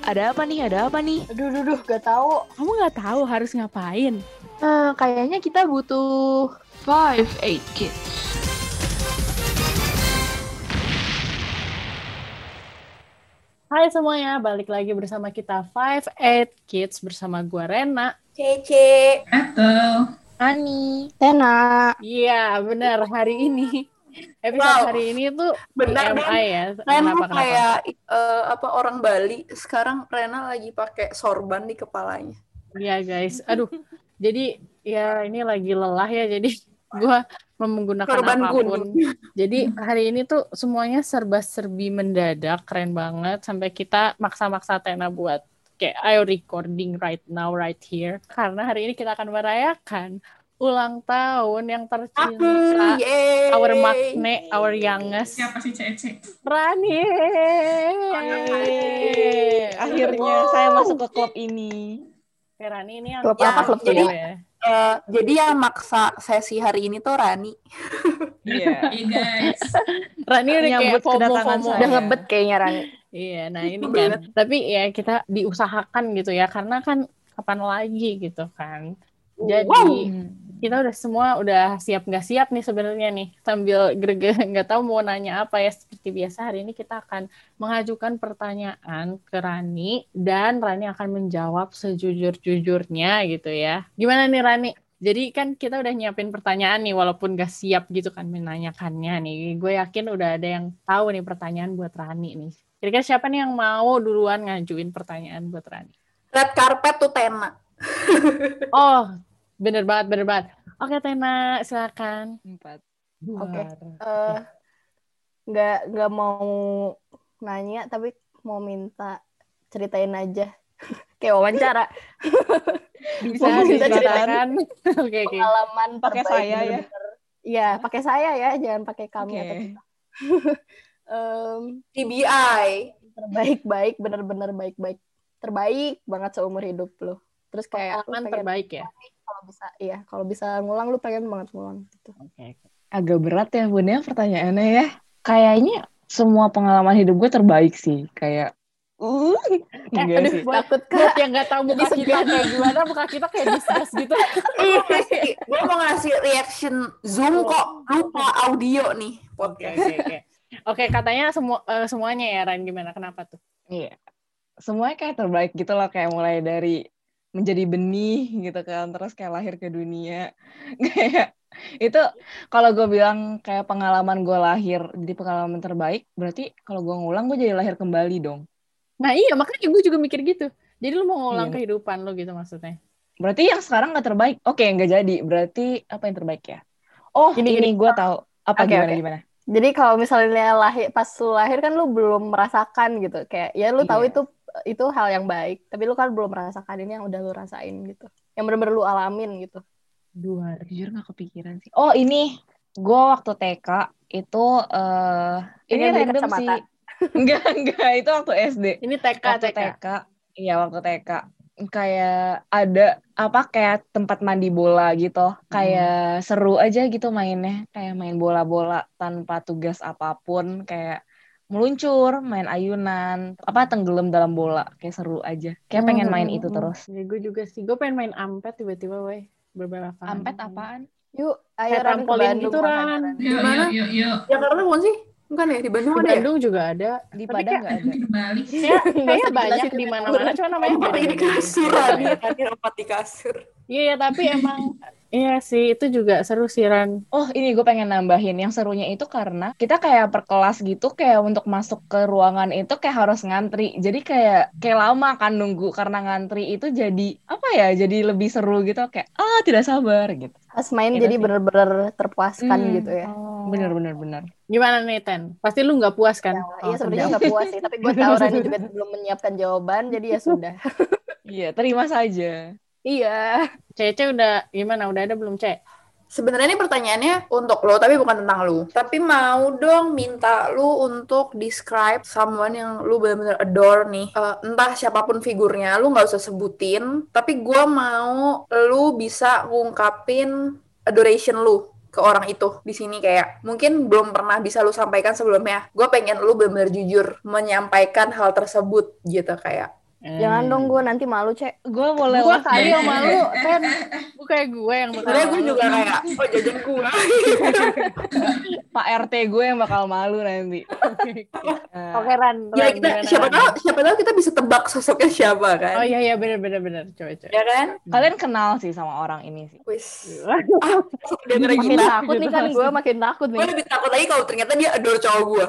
Ada apa nih? Ada apa nih? Aduh, gak tahu. Kamu nggak tahu harus ngapain? Kayaknya kita butuh 5-8 Kids. Hai semuanya, balik lagi bersama kita 5-8 Kids bersama gue Rena. Cece, Atau Ani. Tena. Iya, benar. Hari ini episode hari ini tuh Benar, TMI ya. Rena Kenapa? kayak orang Bali. Sekarang Rena lagi pakai sorban di kepalanya. Iya guys, aduh. Jadi ya ini lagi lelah ya, jadi gue menggunakan Sorban apapun. kuning. Jadi hari ini tuh semuanya serba-serbi mendadak, keren banget. Sampai kita maksa-maksa Tena buat kayak ayo recording right now, right here. Karena hari ini kita akan merayakan ulang tahun yang tercinta, Yeay. our makne, our youngest, siapa sih Cece? Rani. Akhirnya saya masuk ke klub ini. Rani ini yang Klub apa? Klub jadi- ya. Jadi yang maksa sesi hari ini tuh Rani. Iya. Iya guys. Rani udah kayak Menyambut kedatangan FOMO. saya. Udah ngebet kayaknya Rani. Iya, nah ini kan. Tapi ya kita diusahakan gitu ya, karena kan kapan lagi gitu kan. Jadi kita udah siap nggak siap nih sebenarnya nih, sambil greget nggak tahu mau nanya apa ya. Seperti biasa hari ini kita akan mengajukan pertanyaan ke Rani dan Rani akan menjawab sejujur-jujurnya gitu ya. Gimana nih Rani? Jadi kan kita udah nyiapin pertanyaan nih walaupun nggak siap gitu kan menanyakannya nih. Gue yakin udah ada yang tahu nih pertanyaan buat Rani nih. Kira-kira siapa nih yang mau duluan ngajuin pertanyaan buat Rani? Red carpet tuh Tena. Oh, bener banget. Oke, Tena, silakan. 4. Oke. Nggak mau nanya, tapi mau minta ceritain aja. Kayak wawancara. Bisa Mau minta diceritakan. Oke. Pengalaman Pakai terbaik saya ya. bener-bener. Iya, pakai saya ya, jangan pakai kami Oke. atau kita. TBI. Terbaik, bener-bener baik-baik. Terbaik banget seumur hidup lo. Terus kayak lu Pengalaman pengen terbaik ya? kalau bisa ngulang lu pengen banget ngulang gitu. Oke. Agak berat ya Bun ya pertanyaannya ya. Kayaknya semua pengalaman hidup gue terbaik sih. Kayak enggak Aduh, sih. takut Buat Kak. yang nggak tahu muka kita kayak gimana, muka kita kayak disgust gitu. Gue mau ngasih reaction Zoom kok lupa audio nih podcast. Oke, katanya semuanya ya, Ran, gimana? Kenapa tuh? Iya. Semuanya kayak terbaik gitu loh, kayak mulai dari menjadi benih gitu kan, terus kayak lahir ke dunia. Kayak itu kalau gue bilang kayak pengalaman gue lahir jadi pengalaman terbaik, berarti kalau gue ngulang gue jadi lahir kembali dong. Nah iya, makanya gue juga mikir gitu. Jadi lu mau ngulang Iya. kehidupan lu gitu maksudnya. Berarti yang sekarang nggak terbaik. Oke, nggak jadi. Berarti apa yang terbaik ya? Oh, ini gue tahu. Apa Oke, gimana? Jadi kalau misalnya pas lu lahir kan lu belum merasakan gitu. Kayak ya lu tahu Iya. itu hal yang baik, tapi lu kan belum merasakan ini yang udah lu rasain gitu. Yang benar-benar lu alamin gitu. Jujur nggak kepikiran sih. Oh, ini gue waktu TK itu ini Pengen beli random kacamata. sih. Enggak, itu waktu SD. Ini TK. Waktu TK. Iya, waktu TK. Kayak ada kayak tempat mandi bola gitu. Kayak seru aja gitu mainnya. Kayak main bola-bola tanpa tugas apapun. Kayak meluncur, main ayunan, tenggelam dalam bola. Kayak seru aja. Kayak pengen main itu terus. Ya, gue juga sih. Gue pengen main ampet tiba-tiba, weh. Beberapa kali. Ampet apaan? Yuk, ayo Kayak Ran, ke trampolin Bandung gitu, makanya, Ran. Ran. Yuk. Jakarta bukan sih? Bukan ya? Di Bandung Di ada ya? Bandung juga ada. Di Tapi Padang kayak nggak ada. Mungkin balik. Kayak usah banyak dijelasin di itu. mana-mana, cuma namanya Lompat di beda-beda. kasur, Rani. Rani lompat di kasur. Iya, tapi emang iya sih, itu juga seru sih, Ran. Oh, ini gue pengen nambahin. Yang serunya itu karena kita kayak per kelas gitu, kayak untuk masuk ke ruangan itu kayak harus ngantri. Jadi kayak lama kan nunggu, karena ngantri itu jadi jadi lebih seru gitu. Kayak tidak sabar gitu. Pas main Itu jadi sih. bener-bener terpuaskan gitu ya. Bener. Gimana nih, Ten? Pasti lu nggak puas kan? Iya sebenarnya nggak puas sih, tapi gue tahu Rani juga belum menyiapkan jawaban, jadi ya sudah. Iya, terima saja. Iya. Cece udah gimana? Udah ada belum, Ce? Sebenarnya ini pertanyaannya untuk lo, tapi bukan tentang lo. Tapi mau dong minta lo untuk describe someone yang lo benar-benar adore nih. Entah siapapun figurnya, lo nggak usah sebutin. Tapi gue mau lo bisa ngungkapin adoration lo ke orang itu di sini, kayak mungkin belum pernah bisa lu sampaikan sebelumnya. Gue pengen lu benar-benar jujur menyampaikan hal tersebut gitu, kayak Jangan dong, gue nanti malu, Cek. Gue boleh Gue lah. kali yang malu, Ren. Gue kayak gue yang bakal Sebenarnya gue malu. juga kayak, oh jajan gue. Pak RT gue yang bakal malu nanti. Oke, Ran. Ya Ran, kita, gimana, siapa tahu kita bisa tebak sosoknya siapa kan? Oh iya, bener. Coba. Ya kan? Kalian kenal sih sama orang ini sih. Wis. Makin takut nih kan, gue makin takut Gue nih. lebih takut lagi kalau ternyata dia adore cowok gue.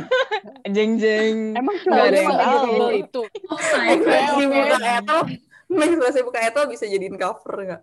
Jeng. Emang Nggak ada yang cowok tahu. gitu itu. Oh my Ekspresi God. muka Ethel, ekspresi muka Ethel bisa jadiin cover nggak?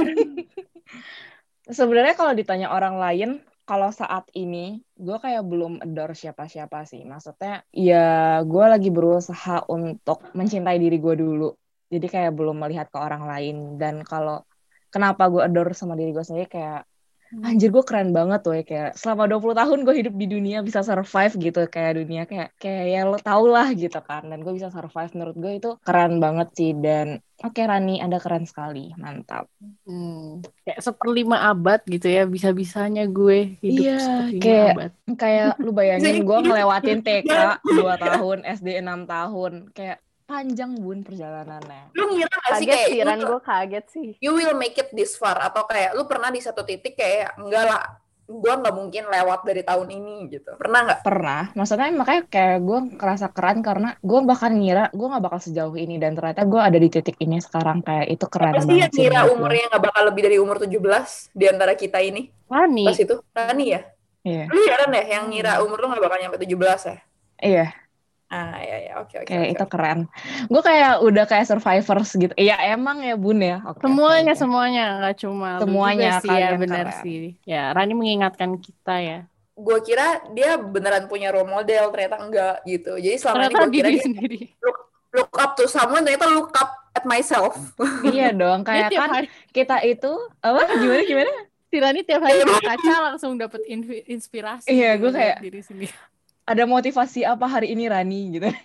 Sebenarnya kalau ditanya orang lain, kalau saat ini gue kayak belum adore siapa-siapa sih. Maksudnya ya gue lagi berusaha untuk mencintai diri gue dulu. Jadi kayak belum melihat ke orang lain. Dan kalau kenapa gue adore sama diri gue sendiri kayak anjir gue keren banget tuh ya, kayak selama 20 tahun gue hidup di dunia bisa survive gitu, kayak dunia kayak ya lo tau lah gitu kan, dan gue bisa survive, menurut gue itu keren banget sih. Dan oke, Rani, Anda keren sekali, mantap. Kayak 1/5 abad gitu ya, bisa-bisanya gue hidup Iya, 1/5 abad. kayak lu bayangin gue ngelewatin TK 2 tahun, SD 6 tahun, kayak panjang bun perjalanannya. Lu ngira nggak sih Kaget kayak sih, Ran, gue kaget sih. you will make it this far, atau kayak lu pernah di satu titik kayak enggak lah, gue nggak mungkin lewat dari tahun ini gitu. Pernah nggak? Pernah, maksudnya makanya kayak gue ngerasa keren karena gue bahkan ngira gue gak bakal sejauh ini, dan ternyata gue ada di titik ini sekarang, kayak itu keren Apa sih yang banget sih ngira menurut gue. umurnya nggak bakal lebih dari umur 17 di antara kita ini? Rani. Pas itu, Rani ya? Iya, Lu ya Ran ya, yang ngira umur lu nggak bakal nyampe 17 ya? iya. Ah ya, oke. Kayak itu keren. Gue kayak udah kayak survivors gitu. Iya emang ya bun ya. Oke, Semuanya, oke. semuanya. Nggak cuma lu Semuanya, juga sih ya, kalian benar keren. sih. Ya, Rani mengingatkan kita ya. Gue kira dia beneran punya role model, ternyata enggak gitu. Jadi selama ini Ternyata gue kira diri dia sendiri. look up to someone, ternyata look up at myself. Iya dong. Dia Kayak tiap kan hari, kita itu apa? Gimana? si Rani tiap hari ke kaca langsung dapet inspirasi. Iya, gitu, gue kayak- lihat diri sendiri. Ada motivasi apa hari ini Rani gitu.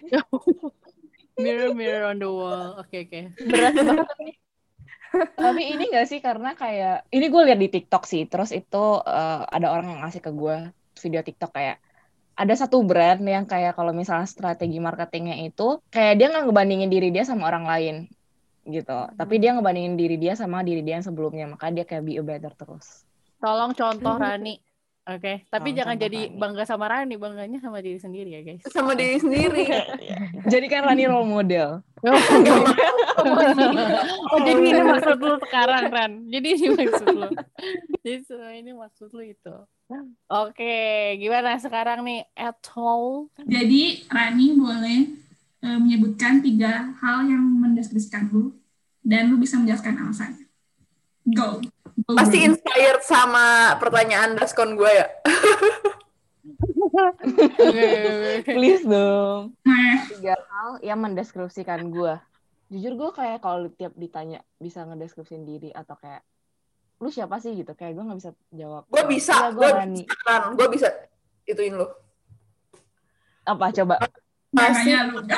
Mirror on the wall. Oke. Berat banget nih. Tapi ini gak sih, karena kayak ini gue lihat di TikTok sih. Terus itu ada orang yang ngasih ke gue video TikTok, kayak ada satu brand yang kayak kalau misalnya strategi marketingnya itu kayak dia nggak ngebandingin diri dia sama orang lain gitu. Tapi dia ngebandingin diri dia sama diri dia yang sebelumnya. Maka dia kayak be a better terus. Tolong contoh Rani. Oke, tapi Tolong jangan contoh jadi Rani. bangga sama Rani, bangganya sama diri sendiri ya guys. Sama diri sendiri. Jadikan Rani role model. Oh, jadi ini maksud lu sekarang, Ran. Jadi ini maksud lu. Jadi semua ini maksud lu itu. Oke, gimana sekarang nih, Ethel? Jadi Rani boleh menyebutkan 3 hal yang mendeskripsikan lu, dan lu bisa menjelaskan alasannya. Go. Pasti inspired sama pertanyaan Daskon gue ya. Please dong. Nah, 3 hal yang mendeskripsikan gue. Jujur gue kayak kalau tiap ditanya bisa ngedeskripsiin diri atau kayak lu siapa sih gitu, kayak gue nggak bisa jawab. Gue bisa, Iya, gue Rani. gue bisa ituin lu. Apa coba? makanya lu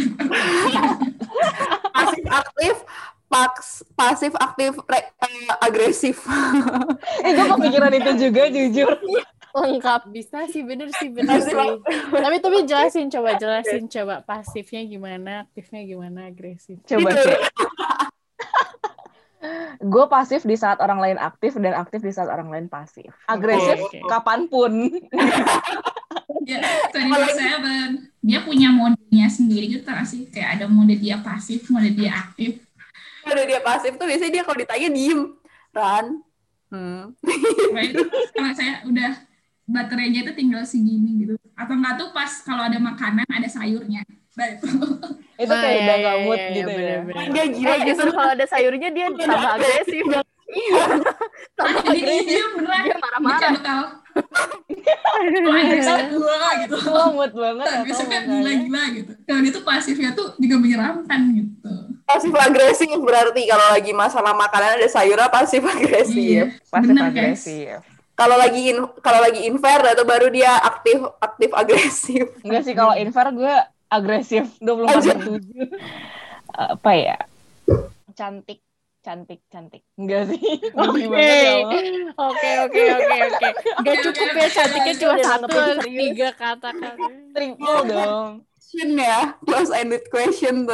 Pasif aktif agresif. Gue kepikiran itu juga jujur. Lengkap, bisa sih, bener sih. Tapi jelasin coba pasifnya gimana, aktifnya gimana, agresif. Coba Gitu. sih. Gue pasif di saat orang lain aktif, dan aktif di saat orang lain pasif. Agresif Oke. kapanpun. ya, 24/7. Dia punya modenya sendiri gitu nggak sih? Kayak ada mode dia pasif, mode dia aktif. Ada dia pasif tuh biasanya dia kalau ditanya diem. Ran. Right? Kalau saya udah baterainya itu tinggal segini gitu. Atau enggak tuh pas kalau ada makanan ada sayurnya. Nah itu. Itu kayak udah gak mood iya, gitu ya. bener. Dia gila Justru kalau ada sayurnya dia tambah agresif. Tambah Jadi agresif. dia beneran. Dia marah-marah. Dia bakal, "Oh, agresif gua," gitu. Lo mood banget ya. Agresifnya gila-gila gitu. Kalau dia tuh pasifnya tuh juga menyeramkan gitu. pasif agresif berarti kalau lagi masalah makanan ada sayurnya pasif agresif. Pasif Bener, guys. agresif. Kalau lagi invert itu baru dia aktif agresif. Enggak sih, kalau inver gue agresif 24/7. Apa ya? Cantik. Enggak sih. Benci banget ya Allah. Oke. Gak cukup ya, cantiknya cuma Jangan satu, lebih harus serius. 3 kata-kata. Triple dong. Question ya, close ended question tuh.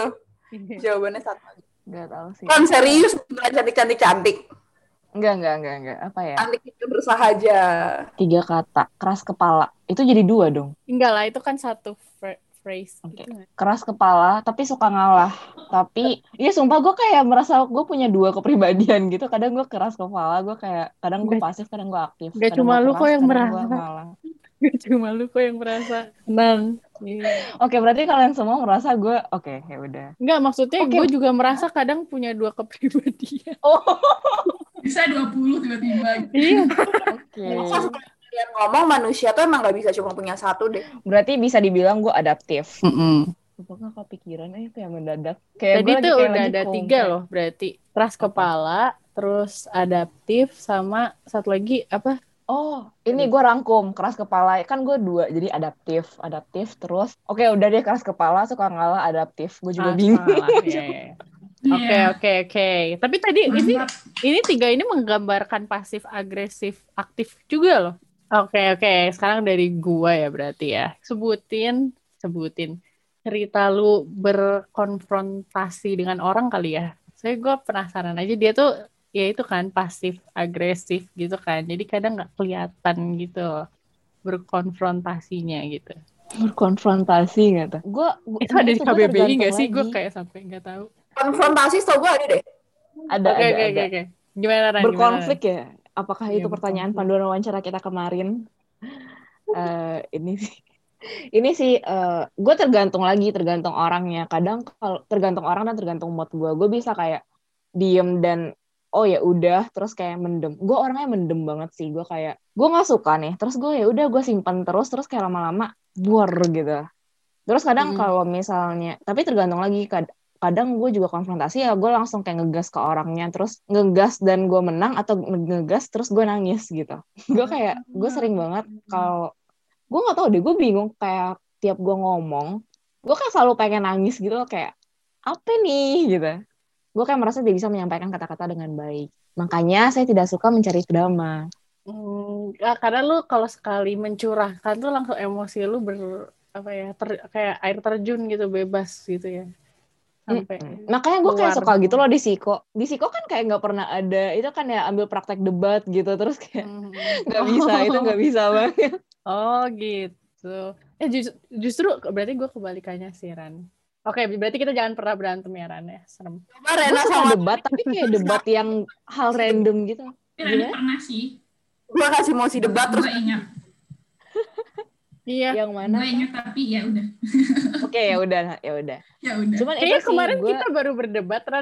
Jawabannya satu lagi. Nggak tahu sih. Kan serius bukan cantik. Enggak. Apa ya? Cantik itu bersahaja. 3 kata. Keras kepala. Itu jadi 2 dong. Enggak lah, itu kan satu phrase. Oke. Gitu. Keras kepala, tapi suka ngalah. Tapi, iya sumpah gue kayak merasa gue punya 2 kepribadian gitu. Kadang gue keras kepala, gue kayak, kadang gue pasif, kadang gue aktif. Gak Kadang cuma gue lu keras, kok yang kadang gue merasa. ngalah. Gak cuma lu kok yang merasa. Tenang. Oke, berarti kalian semua merasa gue, oke, ya udah. Enggak, maksudnya Oke. gue juga merasa kadang punya 2 kepribadian. Oh, Bisa 20 tiba-tiba. Iya. oke. Kalian ngomong manusia tuh emang gak bisa cuma punya satu deh. Berarti bisa dibilang gue adaptif. Mm-mm. Sumpah gak kepikiran itu yang mendadak. Kayak Tadi gue lagi tuh kayak udah lagi ada 3 komplain. loh berarti. Keras kepala, terus adaptif, sama satu lagi apa? Oh, ini gue rangkum. Keras kepala, kan gue 2, jadi adaptif, terus. Oke, udah deh keras kepala, suka ngalah, adaptif. Gue juga bingung. Salah. Iya. Oke. Tapi tadi ini 3 ini menggambarkan pasif agresif aktif juga loh. Oke. Sekarang dari gua ya berarti ya. Sebutin cerita lu berkonfrontasi dengan orang kali ya. Saya gua penasaran aja, dia tuh ya itu kan pasif agresif gitu kan. Jadi kadang nggak kelihatan gitu loh berkonfrontasinya gitu. Berkonfrontasi nggak tuh? Itu ada di KBBI nggak sih? Gue kayak sampai nggak tahu. Konfrontasi tau gue ada deh. Ada. Oke. Gimana Ran? Berkonflik ya? Apakah Iya, itu pertanyaan berkonflik. panduan wawancara kita kemarin? Ini sih gue tergantung orangnya. Kadang kalau tergantung orang dan tergantung mood gue. Gue bisa kayak diem dan oh ya udah, terus kayak mendem. Gue orangnya mendem banget sih. Gue kayak gue nggak suka nih. Terus gue ya udah gue simpan terus kayak lama-lama buar gitu. Terus kadang kalau misalnya, tapi tergantung lagi. Kadang gue juga konfrontasi ya gue langsung kayak ngegas ke orangnya, terus ngegas dan gue menang atau ngegas terus gue nangis gitu. Gue sering banget kalau gue nggak tahu deh, gue bingung kayak tiap gue ngomong gue kan selalu pengen nangis gitu loh, kayak apa nih gitu. Gue kayak merasa dia bisa menyampaikan kata-kata dengan baik, makanya saya tidak suka mencari drama. Karena lu kalau sekali mencurahkan tuh langsung emosi lu kayak air terjun gitu, bebas gitu ya. Sampai makanya gue kayak keluar. suka gitu loh di Siko kan kayak nggak pernah ada itu kan ya, ambil praktek debat gitu, terus kayak nggak bisa banget. Oh gitu. Justru berarti gue kebalikannya sih Ran. Oke, berarti kita jangan pernah berantem ya Ran ya, serem. Gue suka debat tapi kayak debat yang hal random gitu. Rani pernah sih. Gue kasih mosi debat terus. Gue ingat. Iya. Yang mana? Gue ingat tapi ya udah. Oke, ya udah. Ya udah. Cuman Kayaknya itu sih kemarin gue... kita baru berdebat Ran.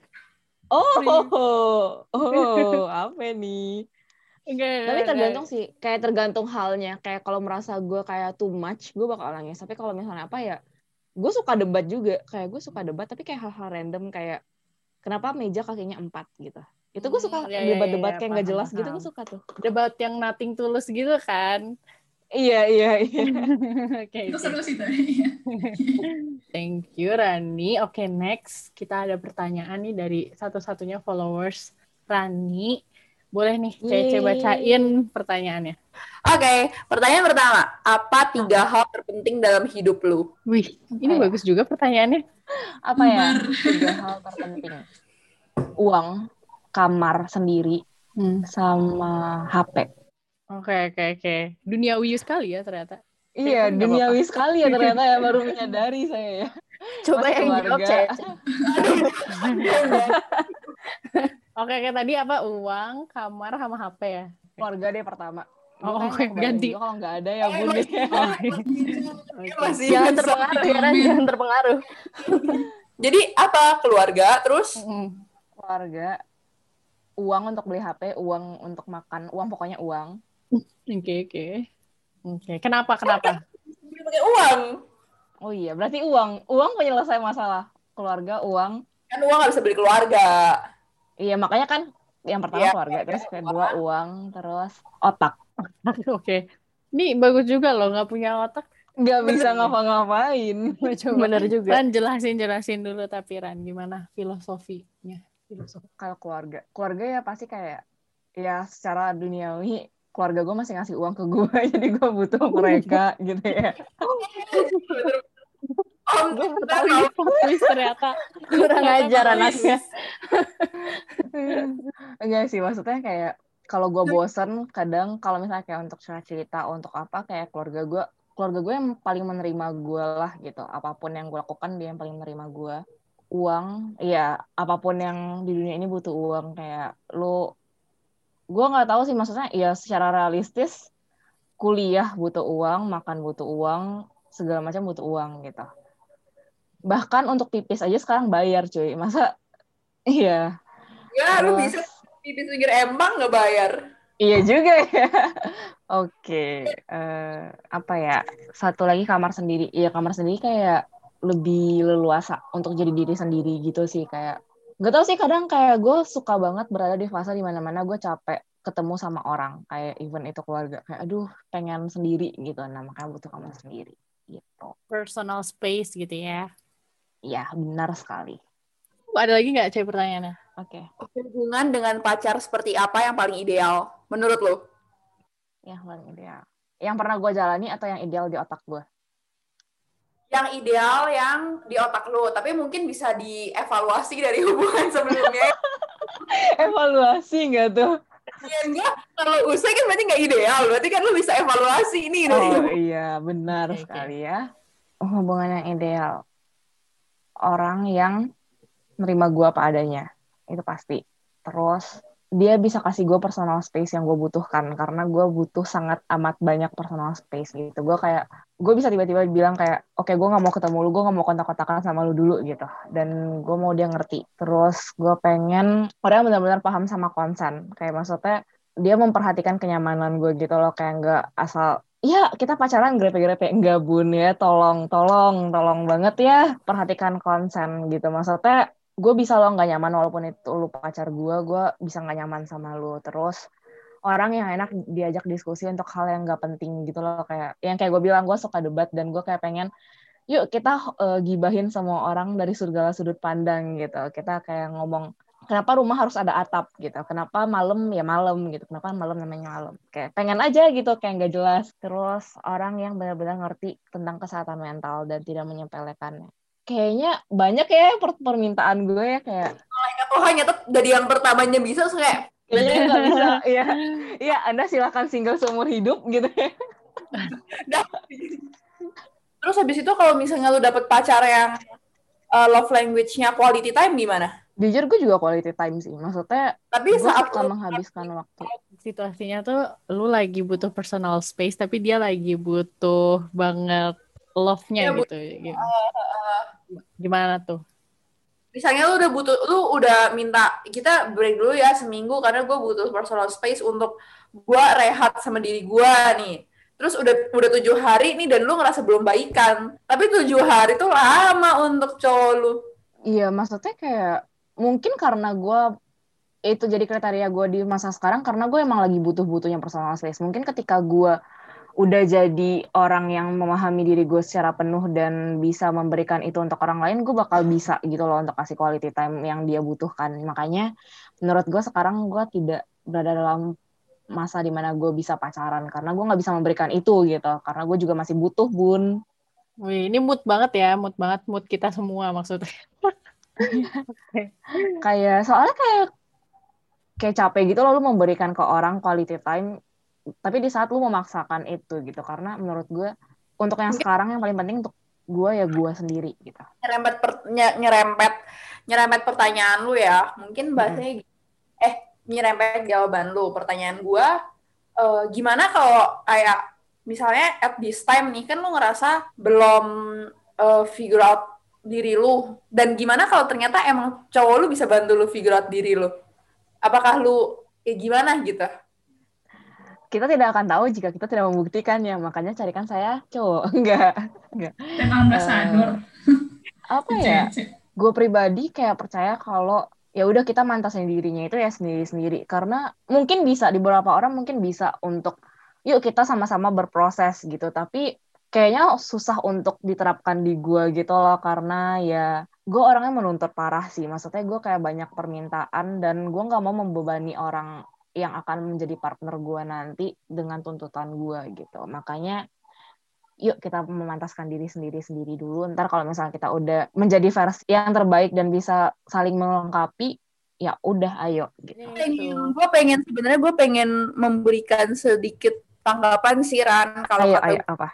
Apa nih? Enggak. Tapi tergantung sih, kayak tergantung halnya. Kayak kalau merasa gue kayak too much, gue bakal nangis. Tapi kalau misalnya apa ya, gue suka debat juga. Kayak gue suka debat, tapi kayak hal-hal random kayak kenapa meja kakinya 4 gitu. Itu gue suka debat-debat kayak nggak jelas gitu, gue suka tuh. Debat yang nothing tulus gitu kan. Iya. Oke. Itu seru sih tadi. Thank you Rani. Oke, next kita ada pertanyaan nih dari satu-satunya followers Rani. Boleh nih Cece bacain pertanyaannya. Oke, pertanyaan pertama. Apa 3 hal terpenting dalam hidup lu? Wih, ini bagus juga pertanyaannya. Apa ya? 3 hal terpenting. Uang, kamar sendiri, sama HP. Oke. Duniawi sekali ya ternyata. Iya, duniawi sekali ya ternyata ya, baru menyadari saya ya. Coba yang jawab, Cece. Oke, tadi apa? Uang, kamar, sama HP ya? Keluarga deh pertama. Ganti. Kalau nggak ada ya bun deh. Jangan terpengaruh ya, Ran. Jangan terpengaruh. Jadi apa? Keluarga, terus? Keluarga, uang untuk beli HP, uang untuk makan, uang pokoknya uang. Oke. Kenapa? Pakai uang. Oh iya, berarti uang penyelesai masalah. Keluarga, uang. Kan uang nggak bisa beli keluarga. Iya, makanya kan yang pertama keluarga, terus kedua uang, terus otak. Oke. Ini bagus juga loh, nggak punya otak. Nggak bisa ngapa-ngapain. Bener juga. Ran, jelasin dulu tapi Ran, gimana filosofinya? Kalau keluarga ya pasti kayak, ya secara duniawi, keluarga gue masih ngasih uang ke gue, jadi gue butuh mereka gitu ya. Gue tahu ini plot twist ternyata. Kurang ajar anaknya. Enggak sih, maksudnya kayak kalau gue bosen, kadang kalau misalnya kayak untuk cerita untuk apa, kayak keluarga gue yang paling menerima gue lah gitu. Apapun yang gue lakukan, dia yang paling menerima gue. Uang, ya apapun yang di dunia ini butuh uang. Kayak gue nggak tahu sih, maksudnya ya secara realistis, kuliah butuh uang, makan butuh uang, segala macam butuh uang gitu. Bahkan untuk pipis aja sekarang bayar cuy. Masa iya. Ya, lu Terus bisa pipis pinggir emang nggak bayar. iya juga ya. Oke, apa ya? Satu lagi kamar sendiri. Iya, kamar sendiri kayak lebih leluasa untuk jadi diri sendiri gitu sih. Kayak gak tau sih, kadang kayak gue suka banget berada di fase dimana-mana gue capek ketemu sama orang. Kayak even itu keluarga. Kayak aduh pengen sendiri gitu. Nah makanya butuh kamar sendiri gitu. Personal space gitu ya. Iya, benar sekali. Ada lagi nggak Cek pertanyaannya? Oke. Hubungan dengan pacar seperti apa yang paling ideal menurut lo? Yang paling ideal. Yang pernah gue jalani atau yang ideal di otak gue? Yang ideal yang di otak lo, tapi mungkin bisa dievaluasi dari hubungan sebelumnya. Evaluasi nggak tuh? Ya enggak, kalau usai kan berarti nggak ideal, berarti kan lo bisa evaluasi ini dari Oh iya, benar Oke. sekali ya. Hubungan yang ideal. Orang yang nerima gue apa adanya. Itu pasti. Terus, dia bisa kasih gue personal space yang gue butuhkan. Karena gue butuh sangat amat banyak personal space gitu. Gue bisa tiba-tiba bilang kayak, oke, gue gak mau ketemu lu, gue gak mau kontak-kontakan sama lu dulu gitu. Dan gue mau dia ngerti. Terus, gue pengen orang yang benar-benar paham sama konsen. Kayak maksudnya, dia memperhatikan kenyamanan gue gitu loh. Kayak gak asal, ya kita pacaran grepe-grepe. Enggak bun ya, tolong banget ya. Perhatikan konsen gitu. Maksudnya, gue bisa lo nggak nyaman walaupun itu lo pacar gue bisa nggak nyaman sama lo. Terus orang yang enak diajak diskusi untuk hal yang nggak penting gitu loh, kayak yang kayak gue bilang, gue suka debat dan gue kayak pengen yuk kita gibahin semua orang dari segala sudut pandang gitu. Kita kayak ngomong kenapa rumah harus ada atap gitu, kenapa malam ya malam gitu, kenapa malam namanya malam, kayak pengen aja gitu, kayak nggak jelas. Terus orang yang benar-benar ngerti tentang kesehatan mental dan tidak menyepelekannya. Kayaknya banyak ya permintaan gue ya, kayak malaikat Tuhan nyata dari yang pertamanya bisa, terus kayak kayaknya nggak bisa. Iya Anda silakan single seumur hidup gitu ya. Terus habis itu kalau misalnya lu dapet pacar yang love language-nya quality time gimana? Jujur gue juga quality time sih, maksudnya Tapi gue saat suka lu menghabiskan waktu. Situasinya tuh lu lagi butuh personal space tapi dia lagi butuh banget love-nya Ya, gitu. Gimana tuh? misalnya lu udah minta kita break dulu ya seminggu karena gue butuh personal space untuk gue rehat sama diri gue nih. Terus udah 7 hari nih dan lu ngerasa belum baikan. Tapi 7 hari tuh lama untuk cowok lu. Iya, maksudnya kayak mungkin karena gue itu jadi kriteria gue di masa sekarang, karena gue emang lagi butuh-butuhnya personal space. Mungkin ketika gue udah jadi orang yang memahami diri gue secara penuh dan bisa memberikan itu untuk orang lain, gue bakal bisa gitu loh untuk kasih quality time yang dia butuhkan. Makanya menurut gue sekarang gue tidak berada dalam masa dimana gue bisa pacaran, karena gue nggak bisa memberikan itu gitu, karena gue juga masih butuh bun. Wih, ini mood banget ya, mood kita semua maksudnya. Kayak soalnya kayak capek gitu loh lu memberikan ke orang quality time, tapi di saat lu memaksakan itu gitu. Karena menurut gue untuk yang sekarang yang paling penting untuk gue ya gue sendiri gitu. Nyerempet pertanyaan lu ya. Mungkin bahasanya nyerempet jawaban lu. Pertanyaan gue, gimana kalau kayak misalnya at this time nih kan lu ngerasa belum figure out diri lu, dan gimana kalau ternyata emang cowok lu bisa bantu lu figure out diri lu? Apakah lu gimana gitu? Kita tidak akan tahu jika kita tidak membuktikannya, makanya carikan saya cowok. Enggak. Dan ambasador. Apa ya? Gue pribadi kayak percaya kalau ya udah kita mantasin dirinya itu ya sendiri-sendiri. Karena mungkin bisa, di beberapa orang mungkin bisa untuk yuk kita sama-sama berproses gitu. Tapi kayaknya susah untuk diterapkan di gue gitu loh. Karena ya gue orangnya menuntut parah sih. Maksudnya gue kayak banyak permintaan dan gue gak mau membebani orang yang akan menjadi partner gue nanti dengan tuntutan gue gitu. Makanya yuk kita memantaskan diri sendiri dulu. Ntar kalau misalnya kita udah menjadi versi yang terbaik dan bisa saling melengkapi, ya udah ayo gitu. Sebenarnya gue pengen memberikan sedikit tanggapan sih Ran, kalau Ayo apa?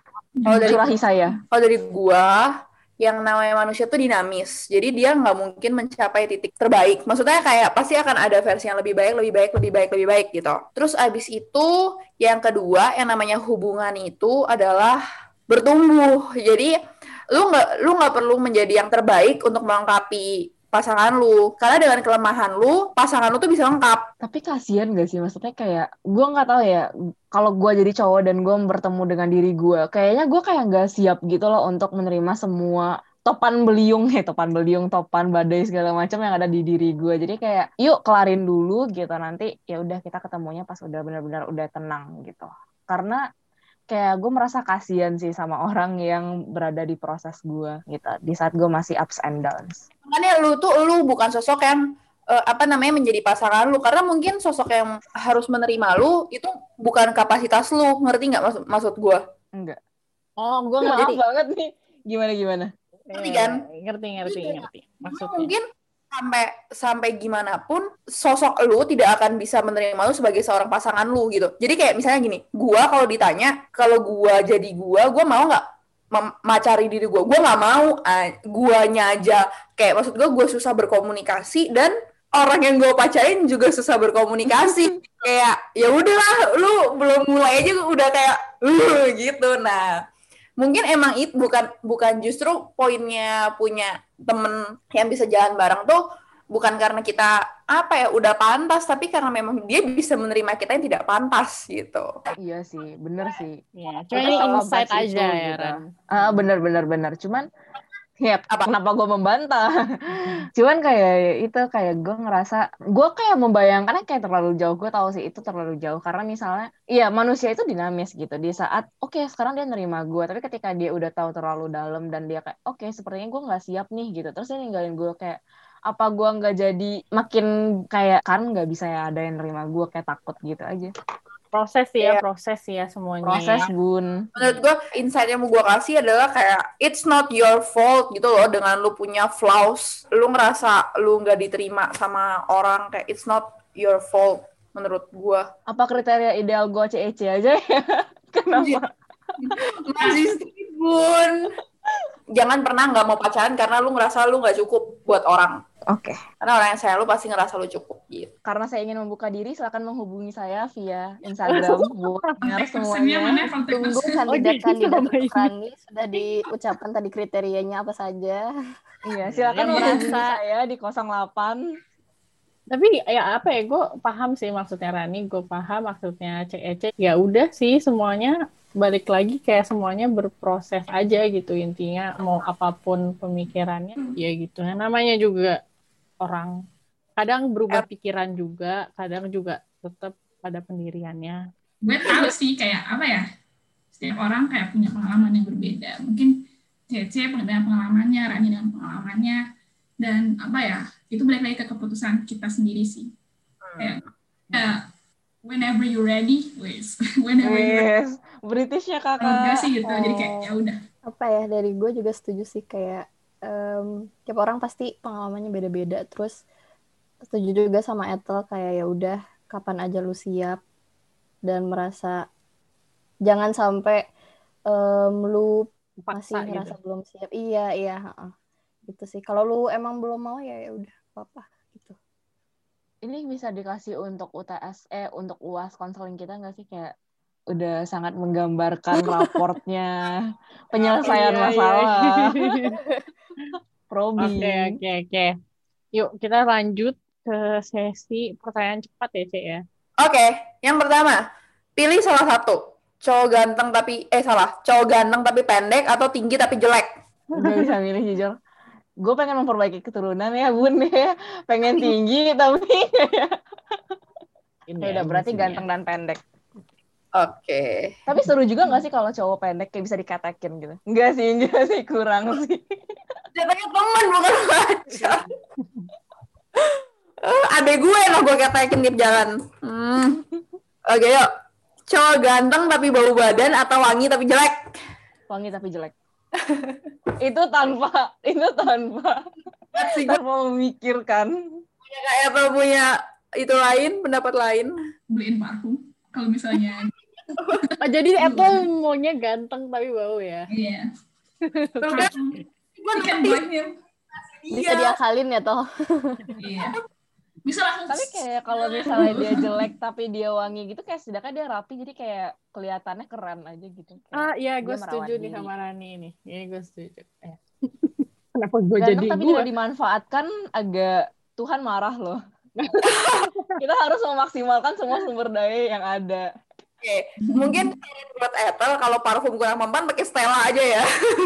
Kalau dari gue, yang namanya manusia tuh dinamis. Jadi dia nggak mungkin mencapai titik terbaik. Maksudnya kayak pasti akan ada versi yang lebih baik gitu. Terus abis itu yang kedua, yang namanya hubungan itu adalah bertumbuh. Jadi lu nggak perlu menjadi yang terbaik untuk melengkapi pasangan lu, karena dengan kelemahan lu, pasangan lu tuh bisa lengkap. Tapi kasihan gak sih, maksudnya kayak gue nggak tahu ya, kalau gue jadi cowok dan gue bertemu dengan diri gue, kayaknya gue kayak nggak siap gitu loh untuk menerima semua topan badai segala macam yang ada di diri gue. Jadi kayak yuk kelarin dulu gitu, nanti ya udah kita ketemunya pas udah benar-benar udah tenang gitu. Karena kayak gue merasa kasihan sih sama orang yang berada di proses gue gitu, di saat gue masih ups and downs. Makanya lu bukan sosok yang menjadi pasangan lu, karena mungkin sosok yang harus menerima lu itu bukan kapasitas lu, ngerti nggak maksud gue? Enggak. Oh, gue ngerti banget nih. Gimana? Ngerti kan? Ngerti. Maksudnya. Mungkin sampai gimana pun sosok lu tidak akan bisa menerima lu sebagai seorang pasangan lu gitu. Jadi kayak misalnya gini, gua kalau ditanya kalau gua jadi gua mau nggak macari diri gua nggak mau. Guanya aja kayak maksud gua susah berkomunikasi, dan orang yang gua pacarin juga susah berkomunikasi. Kayak ya udahlah, lu belum mulai aja udah kayak gitu. Nah, mungkin emang itu bukan justru poinnya punya temen yang bisa jalan bareng tuh bukan karena kita udah pantas, tapi karena memang dia bisa menerima kita yang tidak pantas gitu. Iya sih, bener sih. Ya, cuma ini insight aja ya, Ran. Bener. Cuman ya, kenapa gue membantah? Cuman kayak gue ngerasa, gue kayak membayangkannya kayak terlalu jauh. Gue tahu sih itu terlalu jauh, karena misalnya, iya manusia itu dinamis gitu. Di saat, oke, sekarang dia nerima gue, tapi ketika dia udah tahu terlalu dalam dan dia kayak, oke, sepertinya gue nggak siap nih gitu. Terus dia ninggalin gue, kayak, apa gue nggak jadi makin kayak, kan nggak bisa ya ada yang nerima gue, kayak takut gitu aja. Proses ya semuanya. Proses, Bun. Menurut gue, insight yang mau gue kasih adalah kayak it's not your fault gitu loh, dengan lu punya flaws, lu ngerasa lu nggak diterima sama orang, kayak it's not your fault menurut gue. Apa kriteria ideal gue CEC aja ya? Kenapa? Masih sih, Bun. Jangan pernah nggak mau pacaran karena lu ngerasa lu nggak cukup buat orang. Oke. Karena orang yang sayang lu pasti ngerasa lu cukup gitu. Karena saya ingin membuka diri, silakan menghubungi saya via Instagram. Semuanya. Tunggu kandidat Rani sudah diucapkan tadi kriterianya apa saja. Iya, silakan menghubungi saya di 08. Tapi ya gue paham sih maksudnya Rani, gue paham maksudnya CEC. Ya udah sih, semuanya balik lagi kayak semuanya berproses aja gitu, intinya mau apapun pemikirannya ya gitu. Nah, namanya juga orang kadang berubah pikiran juga, kadang juga tetap pada pendiriannya. Gue tahu sih kayak setiap orang kayak punya pengalaman yang berbeda. Mungkin CC dengan pengalamannya, Rani dengan pengalamannya, dan itu balik lagi ke keputusan kita sendiri sih. Whenever you're ready, whenever you're ready. Britishnya kakak. Enggak sih gitu, jadi kayak ya udah. Dari gue juga setuju sih, kayak tiap orang pasti pengalamannya beda-beda. Terus setuju juga sama Ethel, kayak ya udah kapan aja lu siap, dan merasa jangan sampai lu masih merasa gitu. Belum siap. Iya. Gitu sih. Kalau lu emang belum mau ya udah apa-apa gitu. Ini bisa dikasih untuk UTS untuk UAS konseling kita nggak sih, kayak udah sangat menggambarkan raportnya penyelesaian masalah. Probing. Oke. Yuk kita lanjut ke sesi pertanyaan cepat ya, Cek ya. Oke, yang pertama, pilih salah satu. Cowok ganteng tapi pendek atau tinggi tapi jelek? Gak bisa milih jujur. Gue pengen memperbaiki keturunan ya, Bun ya. Pengen tinggi tapi udah berarti ganteng dan pendek. Oke. Tapi seru juga nggak sih kalau cowok pendek kayak bisa dikatekin gitu? Enggak sih, kurang sih. Jatuhnya temen bukan pacar. Adek gue loh gue katekin di jalan. Oke, yuk. Cowok ganteng tapi bau badan atau wangi tapi jelek? Wangi tapi jelek. itu tanpa memikirkan. Kayak apa punya itu lain, pendapat lain? Beliin parfum kalau misalnya. Jadi Apple maunya ganteng tapi bau ya. Iya. Tuh kan, You can blame him. Bisa diakalin ya toh. Iya. Bisa langsung. Tapi kayak kalau misalnya dia jelek tapi dia wangi gitu kayak setidaknya dia rapi jadi kayak kelihatannya keren aja gitu. Iya, gue dia setuju merawat nih diri. sama Rani ini. Ini gue setuju. Kenapa gue Ganteng jadi tapi gue? tidak dimanfaatkan agak Tuhan marah loh. Kita harus memaksimalkan semua sumber daya yang ada. Oke, mungkin buat Ethel kalau parfum kurang mempan pakai Stella aja ya.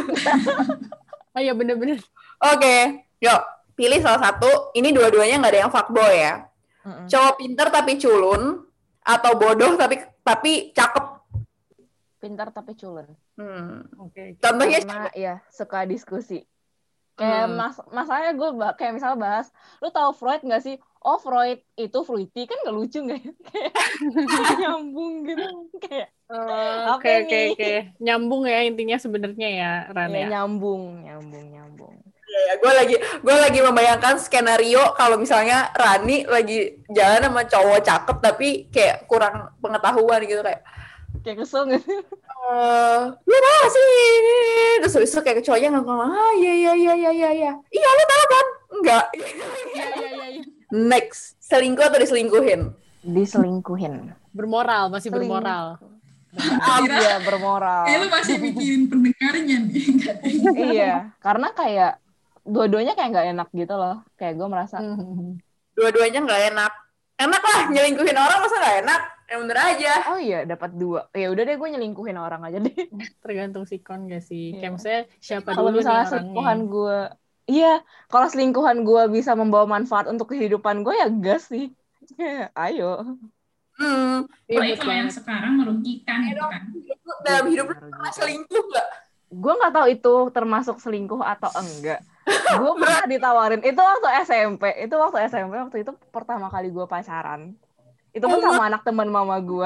Oh iya bener-bener. Oke, yuk pilih salah satu. Ini dua-duanya nggak ada yang fuckboy ya. Cowok pinter tapi culun atau bodoh tapi cakep. Pintar tapi culun. Oke. Contohnya Karena ya suka diskusi. Kayak masalahnya gue kayak misalnya bahas, lu tahu Freud nggak sih? Oh Freud itu fruity kan nggak lucu nggak ya? Kayak nyambung gitu. Kayak Oke. Nyambung ya intinya sebenarnya ya Ran ya, ya. nyambung. ya, gue lagi membayangkan skenario kalau misalnya Rani lagi jalan sama cowok cakep tapi kayak kurang pengetahuan gitu kayak kesel gitu. Lu tau sih, terus habis itu kayak cowoknya ngomong, iya, lu tau kan? Enggak. Iya. Next, selingkuh atau diselingkuhin? Diselingkuhin. Bermoral, masih bermoral. Iya, bermoral. Lu masih mikirin pendengarnya nih. Iya, karena kayak dua-duanya kayak nggak enak gitu loh. Kayak gue merasa Dua-duanya nggak enak. Enak lah, nyelingkuhin orang masa nggak enak? Yang bener aja. oh iya dapat 2. Ya udah deh gue nyelingkuhin orang aja deh. Tergantung sikon gak sih? Iya. Kayak maksudnya siapa Kalau dulu nih misalnya orangnya. selingkuhan gue, iya, kalau selingkuhan gue bisa membawa manfaat untuk kehidupan gue ya gas sih. Ayo. Kalau kalau yang sekarang merugikan gitu kan. Dalam hidup lu pernah selingkuh nggak? Gue nggak tahu itu termasuk selingkuh atau enggak. Gue pernah ditawarin. Itu waktu SMP. Waktu itu pertama kali gue pacaran. Itu pun sama anak teman mama gue.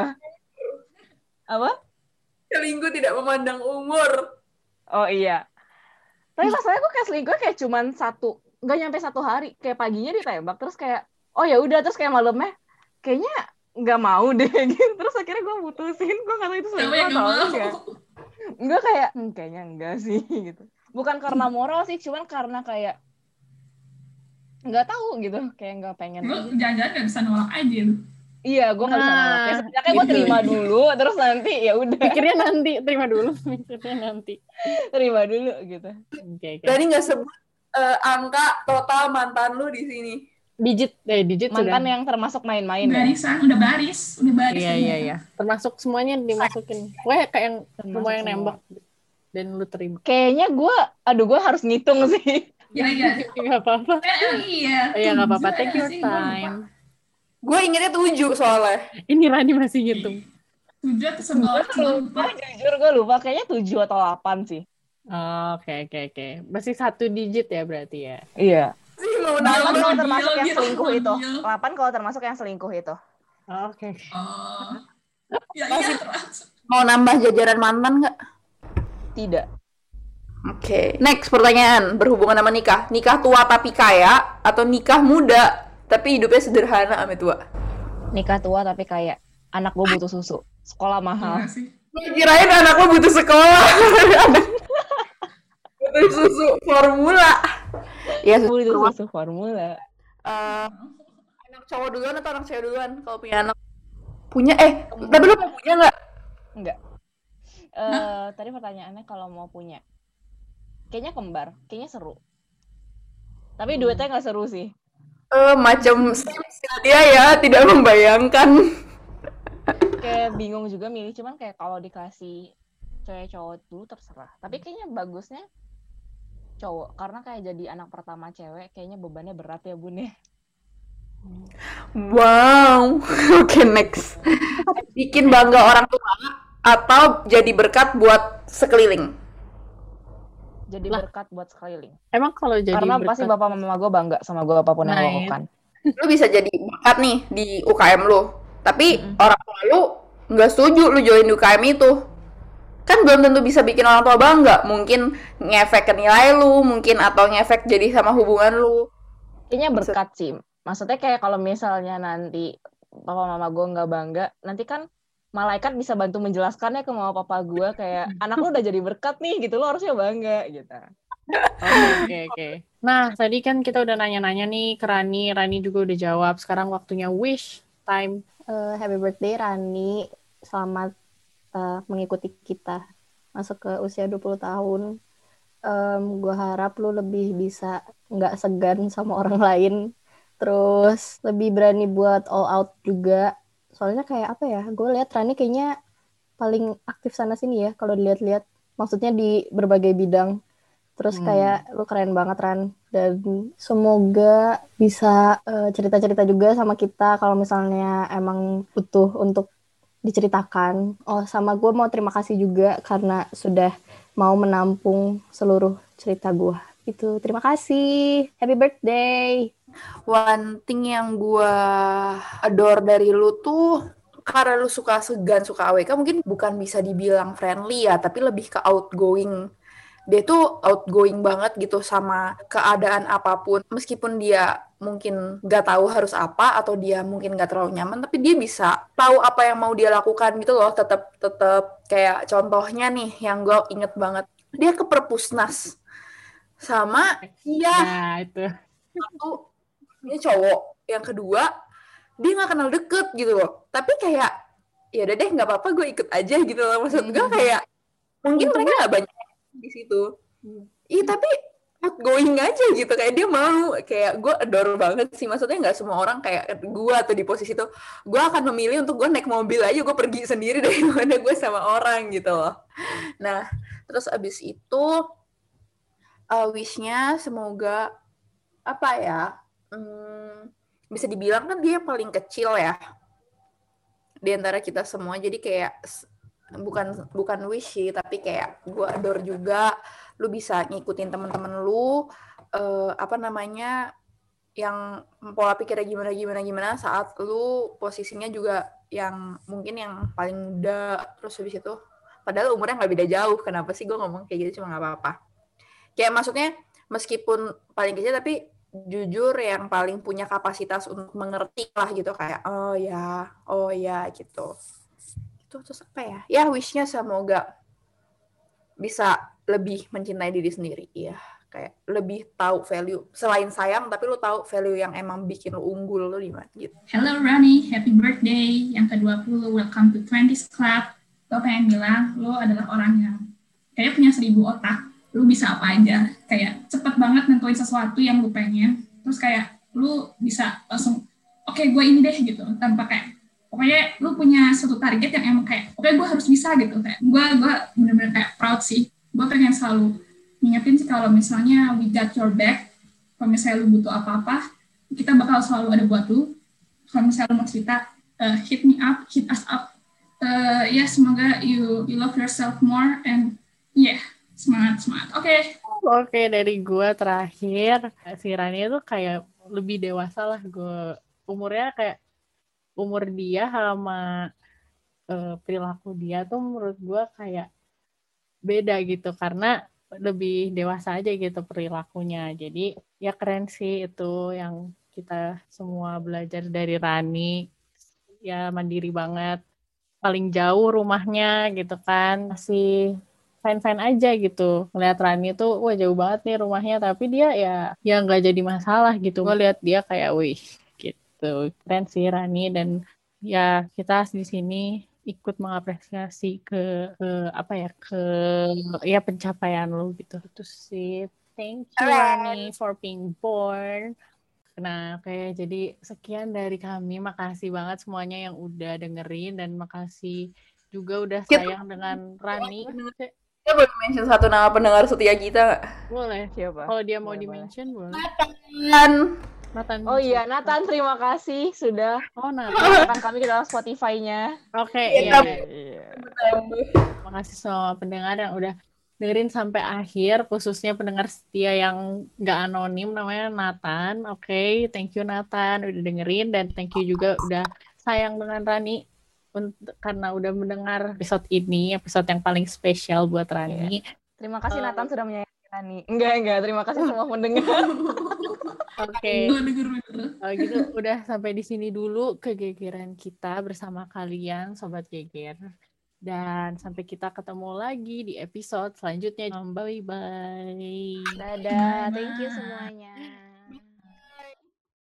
Apa? Selingkuh tidak memandang umur. Oh iya. Tapi masalahnya gue kayak selingkuh kayak cuman nggak nyampe 1 hari. Kayak paginya ditembak terus kayak, oh ya udah terus kayak malamnya kayaknya nggak mau deh gitu. Terus akhirnya gue putusin. Gue nggak tahu itu selingkuh atau enggak. Enggak kayak kayaknya enggak sih gitu. Bukan karena moral sih, cuman karena kayak nggak tahu gitu, kayak nggak pengen. Lu jangan-jangan nggak bisa nolak aja lu. Iya, gue nggak bisa nolak. Kayak sebenarnya gue terima dulu, terus nanti ya udah. Mikirnya nanti, terima dulu. Terima dulu gitu. Oke. Tadi nggak sebut angka total mantan lu di sini. Digit Mantan sudah. yang termasuk main-main ya. Barisan, udah baris. Iya. Termasuk semuanya dimasukin. Wah, kayak yang semua yang nembak dan lu terima. Kayaknya gue harus ngitung sih. Iya. Nggak apa-apa. Iya. Iya nggak apa-apa. Tujuh Take your sih, gua lupa. time. Gue ingetnya 7 soalnya. Ini Rani masih ngitung. 7 atau 11. Jujur gue lupa, kayaknya 7 atau 8 sih. Oke. Masih 1 digit ya berarti ya. Iya. Sih mau 8 nambah. kalau termasuk yang Gila. selingkuh itu. 8 kalau termasuk yang selingkuh itu. Oke. Oh. Ya iya terus. Mau nambah jajaran mantan nggak? Tidak. Oke. Next pertanyaan berhubungan sama nikah. Nikah tua tapi kaya atau nikah muda tapi hidupnya sederhana ame tua? Nikah tua tapi kayak anak gue butuh susu. Sekolah mahal. Iya sih. Kirain anak lo butuh sekolah. Butuh susu formula. Ya, Butuh susu formula. anak cowok duluan atau anak cewek duluan kalau punya anak? Punya tapi lu mau punya nggak? Enggak. Tadi pertanyaannya kalau mau punya. Kayaknya kembar. Kayaknya seru. Tapi duetnya nggak seru sih. Macam dia ya tidak membayangkan. Kayak bingung juga milih. Cuman kayak kalau dikasih cewek cowok dulu terserah. Tapi kayaknya bagusnya cowok. Karena kayak jadi anak pertama cewek kayaknya bebannya berat ya bun ya. Wow. Oke, next. Bikin bangga orang tua atau jadi berkat buat sekeliling? Jadi berkat buat sekeliling. Emang kalau jadi Karena berkat, pasti bapak mama gue bangga sama gue apapun yang Nah, gue lakukan. Lu bisa jadi berkat nih di UKM lu, tapi orang tua lu nggak setuju lu join UKM itu. kan belum tentu bisa bikin orang tua bangga. Mungkin ngefek ke nilai lu, mungkin atau ngefek jadi sama hubungan lu. Kayaknya berkat sih. Maksudnya kayak kalau misalnya nanti papa mama gue nggak bangga, nanti kan malaikat bisa bantu menjelaskannya ke mama papa gue kayak anak lu udah jadi berkat nih gitu, lo harusnya bangga gitu. Oke. Nah, tadi kan kita udah nanya-nanya nih ke Rani. Rani juga udah jawab. Sekarang waktunya wish time. Happy birthday Rani. Selamat mengikuti kita masuk ke usia 20 tahun. Gue harap lu lebih bisa nggak segan sama orang lain. Terus lebih berani buat all out juga. Soalnya kayak apa ya, gue lihat Rani kayaknya paling aktif sana sini ya kalau dilihat-lihat. Maksudnya di berbagai bidang. Terus kayak lu keren banget Ran. Dan semoga bisa cerita-cerita juga sama kita kalau misalnya emang butuh untuk diceritakan. Oh sama gue mau terima kasih juga karena sudah mau menampung seluruh cerita gue. Itu terima kasih. Happy birthday. One thing yang gue adore dari lu tuh karena lu suka segan, suka AWK, mungkin bukan bisa dibilang friendly ya, tapi lebih ke outgoing. Dia tuh outgoing banget gitu sama keadaan apapun. Meskipun dia mungkin gak tahu harus apa atau dia mungkin gak terlalu nyaman, tapi dia bisa tahu apa yang mau dia lakukan gitu loh. Tetap kayak contohnya nih yang gue inget banget. Dia ke perpusnas sama Nah, itu. satu, ini cowok. Yang kedua, dia gak kenal deket gitu loh. Tapi kayak, ya udah deh gak apa-apa gue ikut aja gitu loh. Maksud gue kayak, mungkin mereka gak banyak di situ. Iya tapi outgoing aja gitu, kayak dia mau, kayak gue adore banget sih. Maksudnya nggak semua orang kayak gue atau di posisi itu. Gue akan memilih untuk gue naik mobil aja, gue pergi sendiri daripada gue sama orang gitu loh. Nah terus abis itu wish-nya semoga apa ya, bisa dibilang kan dia paling kecil ya di antara kita semua. Jadi kayak bukan wish sih, tapi kayak gue adore juga lu bisa ngikutin teman-teman lu yang pola pikirnya gimana saat lu posisinya juga yang mungkin yang paling muda. Terus habis itu padahal umurnya nggak beda jauh, kenapa sih gue ngomong kayak gitu, cuma nggak apa-apa. Kayak maksudnya meskipun paling kecil tapi jujur yang paling punya kapasitas untuk mengerti lah gitu, kayak oh ya gitu. Terus apa ya? Ya wish-nya semoga bisa lebih mencintai diri sendiri. Iya, kayak lebih tahu value. Selain sayang, tapi lu tahu value yang emang bikin lu unggul lu di mana gitu. Hello Rani, happy birthday. Yang ke-20, welcome to 20s Club. Gue pengen bilang, lu adalah orang yang kayak punya 1000 otak. Lu bisa apa aja. Kayak cepet banget nentuin sesuatu yang lu pengen. Terus kayak lu bisa langsung, oke, gue ini deh gitu. Tanpa kayak pokoknya lu punya suatu target yang emang kayak oke, gue harus bisa gitu. Kayak gue bener-bener kayak proud sih. Gue pengen selalu ngingetin sih kalau misalnya we got your back. Kalau misalnya lu butuh apa-apa, kita bakal selalu ada buat lu. Kalau misalnya lu mau cerita, hit me up, hit us up. Ya semoga you love yourself more and semangat. Oke, dari gue terakhir, si Rani itu kayak lebih dewasa lah. Umurnya kayak umur dia sama perilaku dia tuh menurut gue kayak beda gitu, karena lebih dewasa aja gitu perilakunya. Jadi ya keren sih itu yang kita semua belajar dari Rani. Ya mandiri banget, paling jauh rumahnya gitu kan, masih fine-fine aja gitu. Ngeliat Rani tuh, wah jauh banget nih rumahnya, tapi dia ya nggak jadi masalah gitu. Gue lihat dia kayak, wih gitu. Keren sih Rani, dan ya kita di sini ikut mengapresiasi ke pencapaian lu gitu. Itu sih. Thank you Rani for being born. Nah, kayak jadi sekian dari kami. Makasih banget semuanya yang udah dengerin, dan makasih juga udah sayang dengan Rani. Kita boleh mention satu nama pendengar setia kita nggak? Boleh. Siapa? Kalau dia mau di-mention boleh. Nathan. Oh iya, Nathan, terima kasih sudah Nathan. kami ke dalam Spotify-nya. Oke, iya. Makasih semua pendengar yang udah dengerin sampai akhir, khususnya pendengar setia yang nggak anonim, namanya Nathan. Oke, thank you Nathan udah dengerin, dan thank you juga udah sayang dengan Rani. karena udah mendengar episode ini, episode yang paling spesial buat Rani. Terima kasih Nathan sudah menyayangi Rani. Enggak. Terima kasih semua pendengar. Oke. Kalau gitu udah sampai di sini dulu kegegeran kita bersama kalian Sobat Geger. Dan sampai kita ketemu lagi di episode selanjutnya. Bye-bye. Dadah, thank you semuanya.